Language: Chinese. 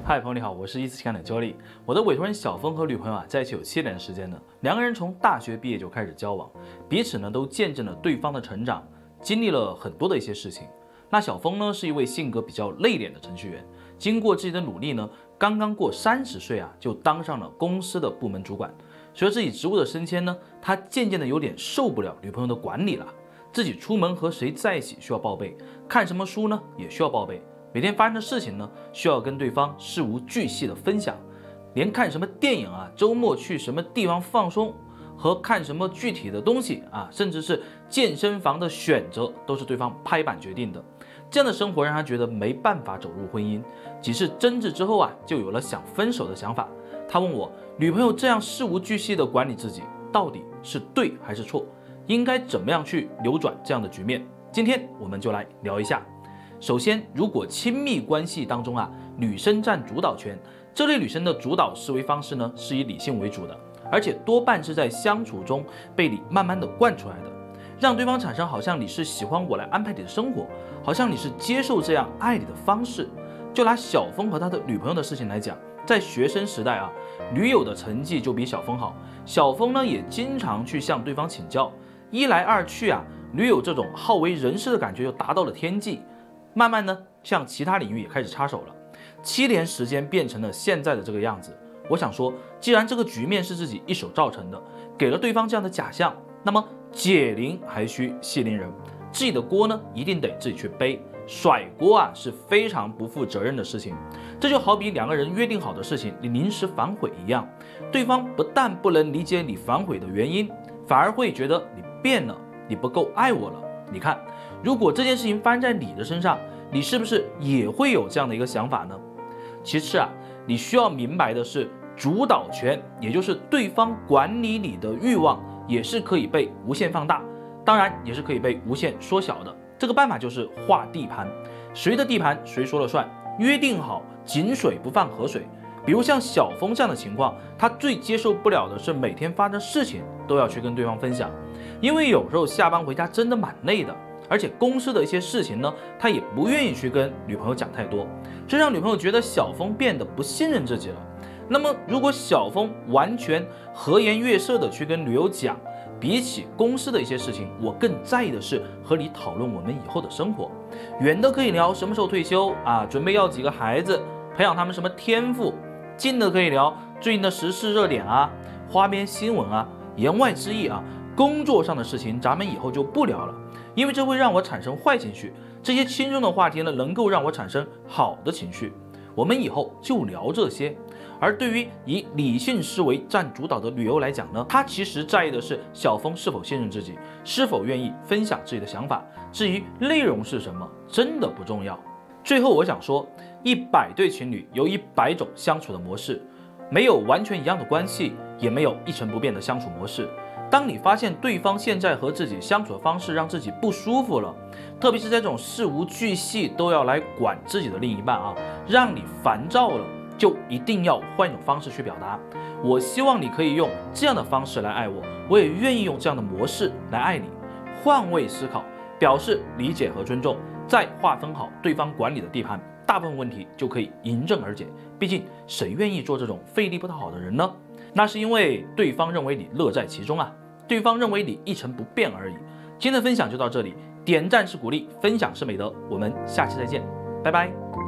嗨，朋友你好，我是一次情感的Jolly。我的委托人小峰和女朋友在一起有7年的时间呢，两个人从大学毕业就开始交往，彼此呢都见证了对方的成长，经历了很多的一些事情。那小峰呢是一位性格比较内敛的程序员，经过自己的努力呢，刚刚过30岁就当上了公司的部门主管。随着自己职务的升迁呢，他渐渐的有点受不了女朋友的管理了，自己出门和谁在一起需要报备，看什么书呢也需要报备。每天发生的事情呢，需要跟对方事无巨细的分享，连看什么电影周末去什么地方放松和看什么具体的东西甚至是健身房的选择都是对方拍板决定的。这样的生活让他觉得没办法走入婚姻。几次争执之后就有了想分手的想法。他问我，女朋友这样事无巨细的管理自己，到底是对还是错？应该怎么样去扭转这样的局面？今天我们就来聊一下。首先，如果亲密关系当中女生占主导权，这类女生的主导思维方式呢是以理性为主的，而且多半是在相处中被你慢慢的惯出来的，让对方产生好像你是喜欢我来安排你的生活，好像你是接受这样爱你的方式。就拿小峰和他的女朋友的事情来讲，在学生时代女友的成绩就比小峰好，小峰呢也经常去向对方请教，一来二去女友这种好为人师的感觉就达到了天际。慢慢呢，向其他领域也开始插手了，7年时间变成了现在的这个样子。我想说，既然这个局面是自己一手造成的，给了对方这样的假象，那么解铃还须系铃人，自己的锅呢一定得自己去背，甩锅是非常不负责任的事情。这就好比两个人约定好的事情，你临时反悔一样，对方不但不能理解你反悔的原因，反而会觉得你变了，你不够爱我了。你看，如果这件事情发生在你的身上，你是不是也会有这样的一个想法呢？其次你需要明白的是，主导权，也就是对方管理你的欲望，也是可以被无限放大，当然也是可以被无限缩小的。这个办法就是划地盘，谁的地盘谁说了算，约定好井水不犯河水。比如像小峰这样的情况，他最接受不了的是每天发生的事情都要去跟对方分享，因为有时候下班回家真的蛮累的，而且公司的一些事情呢，他也不愿意去跟女朋友讲太多，这让女朋友觉得小峰变得不信任自己了。那么如果小峰完全和颜悦色的去跟女友讲，比起公司的一些事情，我更在意的是和你讨论我们以后的生活，远的可以聊什么时候退休准备要几个孩子，培养他们什么天赋，近的可以聊最近的时事热点花边新闻言外之意工作上的事情咱们以后就不聊了，因为这会让我产生坏情绪。这些轻松的话题呢，能够让我产生好的情绪。我们以后就聊这些。而对于以理性思维占主导的女友来讲呢，她其实在意的是小峰是否信任自己，是否愿意分享自己的想法。至于内容是什么，真的不重要。最后我想说，100对情侣有100种相处的模式，没有完全一样的关系，也没有一成不变的相处模式。当你发现对方现在和自己相处的方式让自己不舒服了，特别是在这种事无巨细都要来管自己的另一半让你烦躁了，就一定要换一种方式去表达。我希望你可以用这样的方式来爱我，我也愿意用这样的模式来爱你。换位思考，表示理解和尊重，再划分好对方管理的地盘，大部分问题就可以迎刃而解。毕竟谁愿意做这种费力不讨好的人呢？那是因为对方认为你乐在其中对方认为你一成不变而已。今天的分享就到这里，点赞是鼓励，分享是美德，我们下期再见，拜拜。